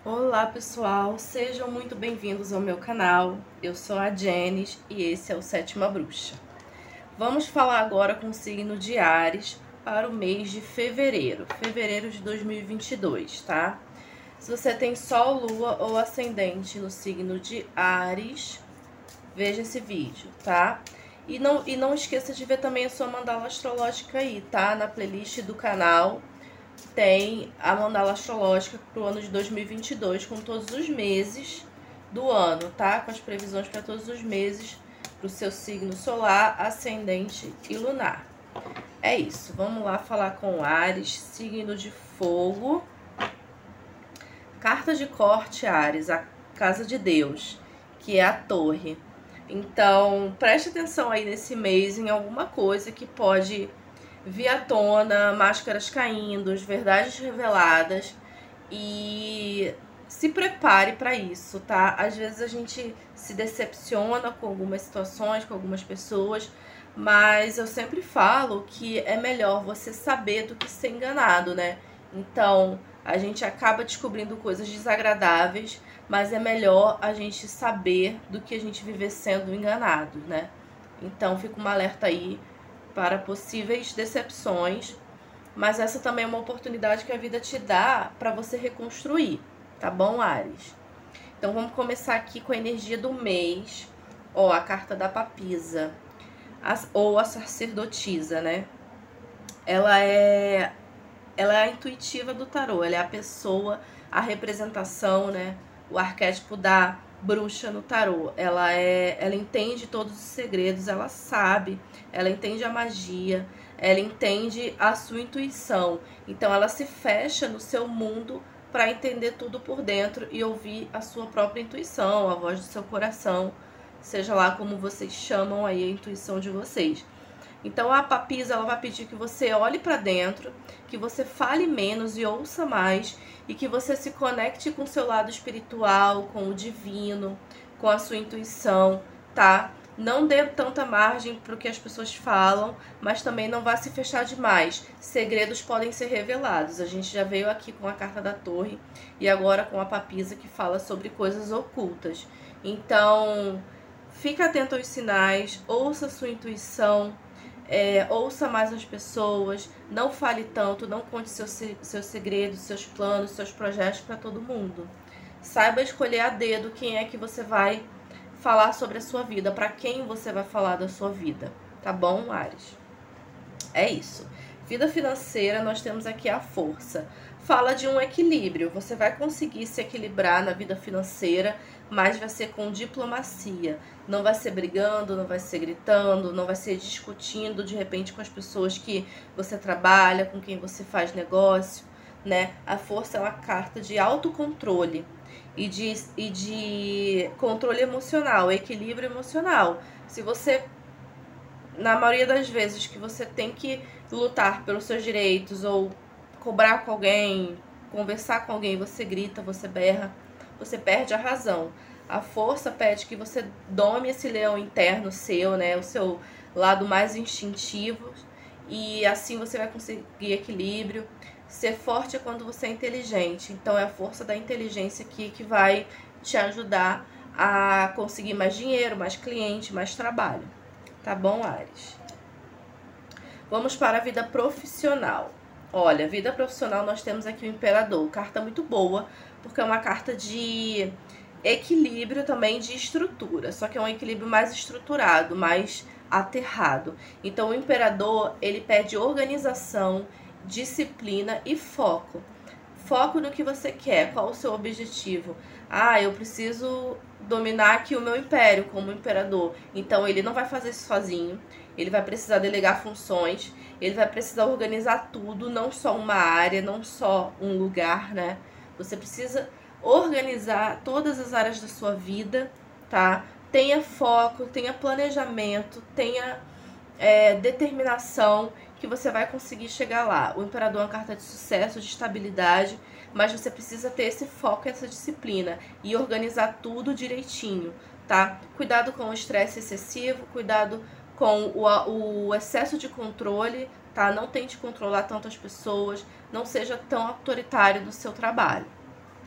Olá pessoal, sejam muito bem-vindos ao meu canal. Eu sou a Jenis e esse é o Sétima Bruxa. Vamos falar agora com o signo de Áries para o mês de fevereiro de 2022, tá? Se você tem Sol, Lua ou Ascendente no signo de Áries, veja esse vídeo, tá? E não esqueça de ver também a sua mandala astrológica aí, tá? Na playlist do canal tem a mandala astrológica para o ano de 2022, com todos os meses do ano, tá? Com as previsões para todos os meses, para o seu signo solar, ascendente e lunar. É isso, vamos lá falar com Áries, signo de fogo. Carta de corte, Áries, a casa de Deus, que é a torre. Então, preste atenção aí nesse mês em alguma coisa que pode vir à tona, máscaras caindo, verdades reveladas, e se prepare para isso, tá? Às vezes a gente se decepciona com algumas situações, com algumas pessoas, mas eu sempre falo que é melhor você saber do que ser enganado, né? Então, a gente acaba descobrindo coisas desagradáveis, mas é melhor a gente saber do que a gente viver sendo enganado, né? Então, fica um alerta aí para possíveis decepções, mas essa também é uma oportunidade que a vida te dá para você reconstruir, tá bom, Áries? Então vamos começar aqui com a energia do mês. Ó, a carta da papisa, ou a sacerdotisa, né? Ela é a intuitiva do tarô, ela é a pessoa, a representação, né? O arquétipo da bruxa no tarô. Ela entende todos os segredos, ela sabe, ela entende a magia, ela entende a sua intuição. Então ela se fecha no seu mundo para entender tudo por dentro e ouvir a sua própria intuição, a voz do seu coração, seja lá como vocês chamam aí a intuição de vocês. Então a papisa, ela vai pedir que você olhe para dentro, que você fale menos e ouça mais, e que você se conecte com o seu lado espiritual, com o divino, com a sua intuição, tá? Não dê tanta margem para o que as pessoas falam, mas também não vá se fechar demais. Segredos podem ser revelados. A gente já veio aqui com a carta da torre e agora com a papisa, que fala sobre coisas ocultas. Então, fica atento aos sinais, ouça a sua intuição, ouça mais as pessoas, não fale tanto, não conte seus segredos, seus planos, seus projetos para todo mundo. Saiba escolher a dedo quem é que você vai falar sobre a sua vida, para quem você vai falar da sua vida, tá bom, Áries? É isso. Vida financeira, nós temos aqui a força. Fala de um equilíbrio. Você vai conseguir se equilibrar na vida financeira, mas vai ser com diplomacia. Não vai ser brigando, não vai ser gritando, não vai ser discutindo de repente com as pessoas que você trabalha, com quem você faz negócio, né? A força é uma carta de autocontrole e de controle emocional, equilíbrio emocional. Se você, na maioria das vezes que você tem que lutar pelos seus direitos ou cobrar com alguém, conversar com alguém, você grita, você berra, você perde a razão. A força pede que você dome esse leão interno seu, né, o seu lado mais instintivo, e assim você vai conseguir equilíbrio. Ser forte é quando você é inteligente, então é a força da inteligência aqui que vai te ajudar a conseguir mais dinheiro, mais cliente, mais trabalho. Tá bom, Áries? Vamos para a vida profissional. Olha, vida profissional, nós temos aqui o Imperador. Carta muito boa, porque é uma carta de equilíbrio também, de estrutura. Só que é um equilíbrio mais estruturado, mais aterrado. Então o Imperador, ele pede organização, disciplina e foco. Foco no que você quer, qual o seu objetivo. Ah, eu preciso dominar aqui o meu império como imperador. Então ele não vai fazer isso sozinho, ele vai precisar delegar funções, ele vai precisar organizar tudo, não só uma área, não só um lugar, né? Você precisa organizar todas as áreas da sua vida, tá? Tenha foco, tenha planejamento, tenha determinação, que você vai conseguir chegar lá. O Imperador é uma carta de sucesso, de estabilidade, mas você precisa ter esse foco, essa disciplina e organizar tudo direitinho, tá? Cuidado com o estresse excessivo, cuidado com o excesso de controle, tá? Não tente controlar tanto as pessoas, não seja tão autoritário no seu trabalho.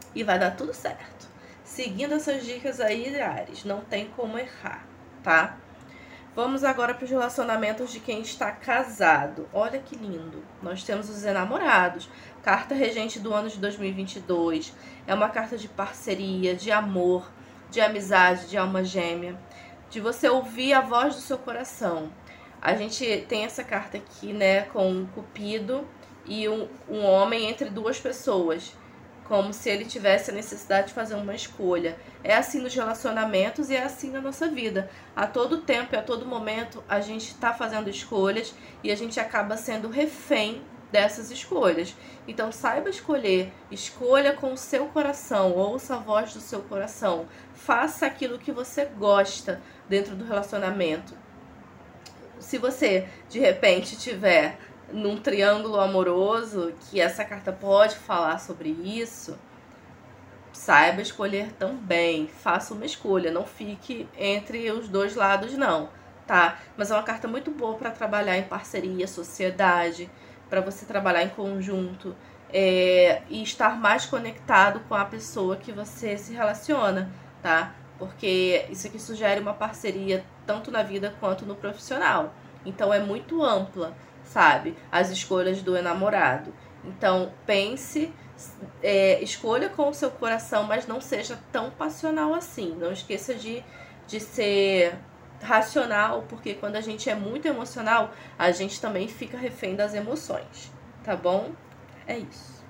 E vai dar tudo certo. Seguindo essas dicas aí, Áries, não tem como errar, tá? Vamos agora para os relacionamentos de quem está casado. Olha que lindo. Nós temos os enamorados. Carta regente do ano de 2022. É uma carta de parceria, de amor, de amizade, de alma gêmea. De você ouvir a voz do seu coração. A gente tem essa carta aqui, né, com um Cupido e um homem entre duas pessoas. Como se ele tivesse a necessidade de fazer uma escolha. É assim nos relacionamentos e é assim na nossa vida. A todo tempo e a todo momento a gente está fazendo escolhas e a gente acaba sendo refém dessas escolhas. Então saiba escolher, escolha com o seu coração, ouça a voz do seu coração. Faça aquilo que você gosta dentro do relacionamento. Se você, de repente, tiver num triângulo amoroso, que essa carta pode falar sobre isso, saiba escolher também, faça uma escolha, não fique entre os dois lados não, tá? Mas é uma carta muito boa para trabalhar em parceria, sociedade, para você trabalhar em conjunto e estar mais conectado com a pessoa que você se relaciona, tá? Porque isso aqui sugere uma parceria tanto na vida quanto no profissional, então é muito ampla, sabe? As escolhas do enamorado. Então, pense, escolha com o seu coração, mas não seja tão passional assim. Não esqueça de ser racional, porque quando a gente é muito emocional, a gente também fica refém das emoções, tá bom? É isso.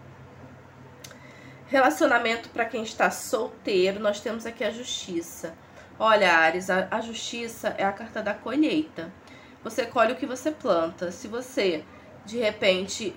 Relacionamento para quem está solteiro, nós temos aqui a justiça. Olha, Áries, a justiça é a carta da colheita. Você colhe o que você planta. Se você, de repente,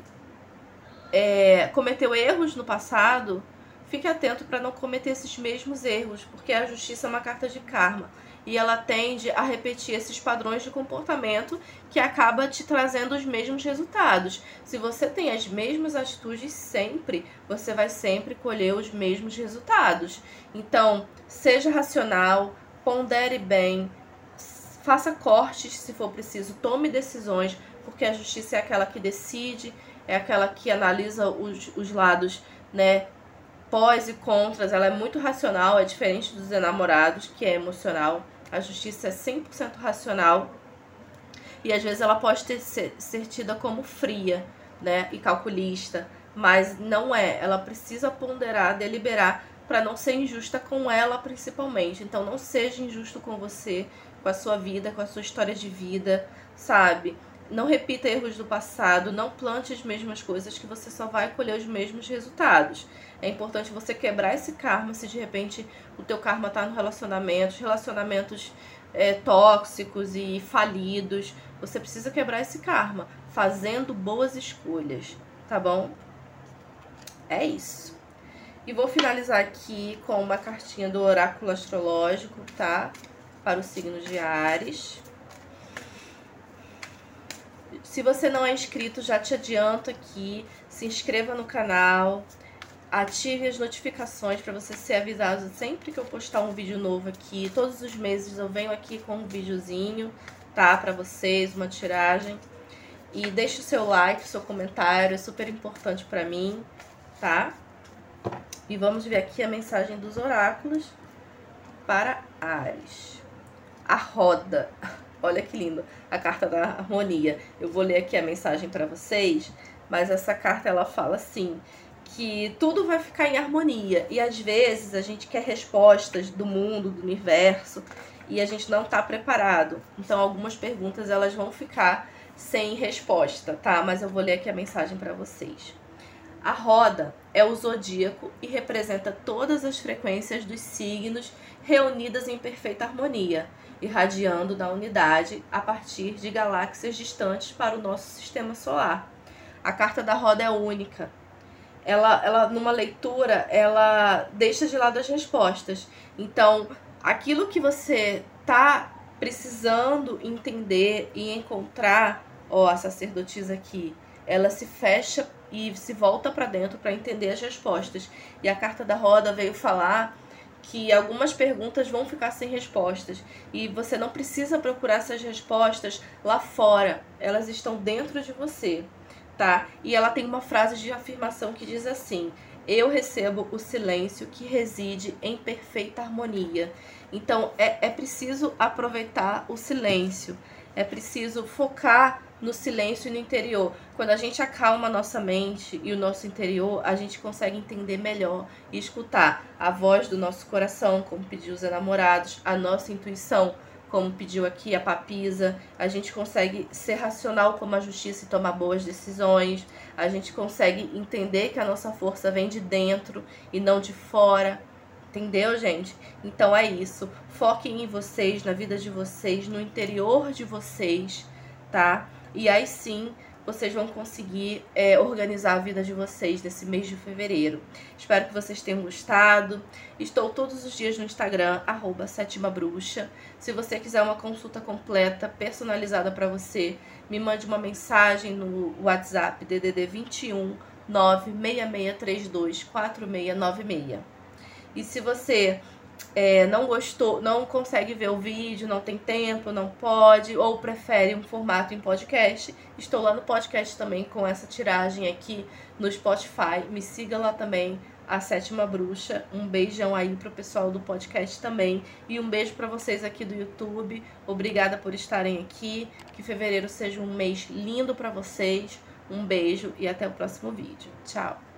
cometeu erros no passado, fique atento para não cometer esses mesmos erros, porque a justiça é uma carta de karma. E ela tende a repetir esses padrões de comportamento que acaba te trazendo os mesmos resultados. Se você tem as mesmas atitudes sempre, você vai sempre colher os mesmos resultados. Então, seja racional, pondere bem, faça cortes se for preciso, tome decisões, porque a justiça é aquela que decide, é aquela que analisa os lados, né, pós e contras. Ela é muito racional, é diferente dos enamorados, que é emocional. A justiça é 100% racional e às vezes ela pode ser tida como fria, né, e calculista, mas não é. Ela precisa ponderar, deliberar para não ser injusta com ela principalmente. Então não seja injusto com você, com a sua vida, com a sua história de vida, sabe? Não repita erros do passado, não plante as mesmas coisas que você só vai colher os mesmos resultados. É importante você quebrar esse karma se de repente o teu karma tá no relacionamentos tóxicos e falidos. Você precisa quebrar esse karma fazendo boas escolhas, tá bom? É isso. E vou finalizar aqui com uma cartinha do oráculo astrológico, tá? Para o signo de Áries. Se você não é inscrito, já te adianto aqui, se inscreva no canal, ative as notificações para você ser avisado sempre que eu postar um vídeo novo aqui. Todos os meses eu venho aqui com um videozinho, tá? Para vocês, uma tiragem. E deixe o seu like, o seu comentário, é super importante para mim, tá? E vamos ver aqui a mensagem dos oráculos para Áries. A roda. Olha que lindo, a carta da harmonia. Eu vou ler aqui a mensagem para vocês, mas essa carta ela fala assim, que tudo vai ficar em harmonia. E às vezes a gente quer respostas do mundo, do universo, e a gente não está preparado. Então algumas perguntas elas vão ficar sem resposta, tá? Mas eu vou ler aqui a mensagem para vocês. A roda é o zodíaco e representa todas as frequências dos signos reunidas em perfeita harmonia, irradiando da unidade a partir de galáxias distantes para o nosso sistema solar. A carta da roda é única. Ela numa leitura, ela deixa de lado as respostas. Então, aquilo que você tá precisando entender e encontrar, ó, a sacerdotisa aqui, ela se fecha e se volta para dentro para entender as respostas. E a carta da roda veio falar que algumas perguntas vão ficar sem respostas e você não precisa procurar essas respostas lá fora, elas estão dentro de você, tá? E ela tem uma frase de afirmação que diz assim: eu recebo o silêncio que reside em perfeita harmonia. Então, é preciso aproveitar o silêncio, é preciso focar no silêncio e no interior. Quando a gente acalma a nossa mente e o nosso interior, a gente consegue entender melhor e escutar a voz do nosso coração, como pediu os enamorados, a nossa intuição, como pediu aqui a Papisa. A gente consegue ser racional como a justiça e tomar boas decisões. A gente consegue entender que a nossa força vem de dentro e não de fora. Entendeu, gente? Então é isso. Foquem em vocês, na vida de vocês, no interior de vocês, tá? E aí sim, vocês vão conseguir organizar a vida de vocês nesse mês de fevereiro. Espero que vocês tenham gostado. Estou todos os dias no Instagram, @7mabruxa. Se você quiser uma consulta completa, personalizada para você, me mande uma mensagem no WhatsApp DDD 21 96632 4696. E se você não gostou, não consegue ver o vídeo, não tem tempo, não pode, ou prefere um formato em podcast, estou lá no podcast também com essa tiragem aqui no Spotify. Me siga lá também, a Sétima Bruxa. Um beijão aí pro pessoal do podcast também. E um beijo para vocês aqui do YouTube. Obrigada por estarem aqui. Que fevereiro seja um mês lindo para vocês. Um beijo e até o próximo vídeo. Tchau!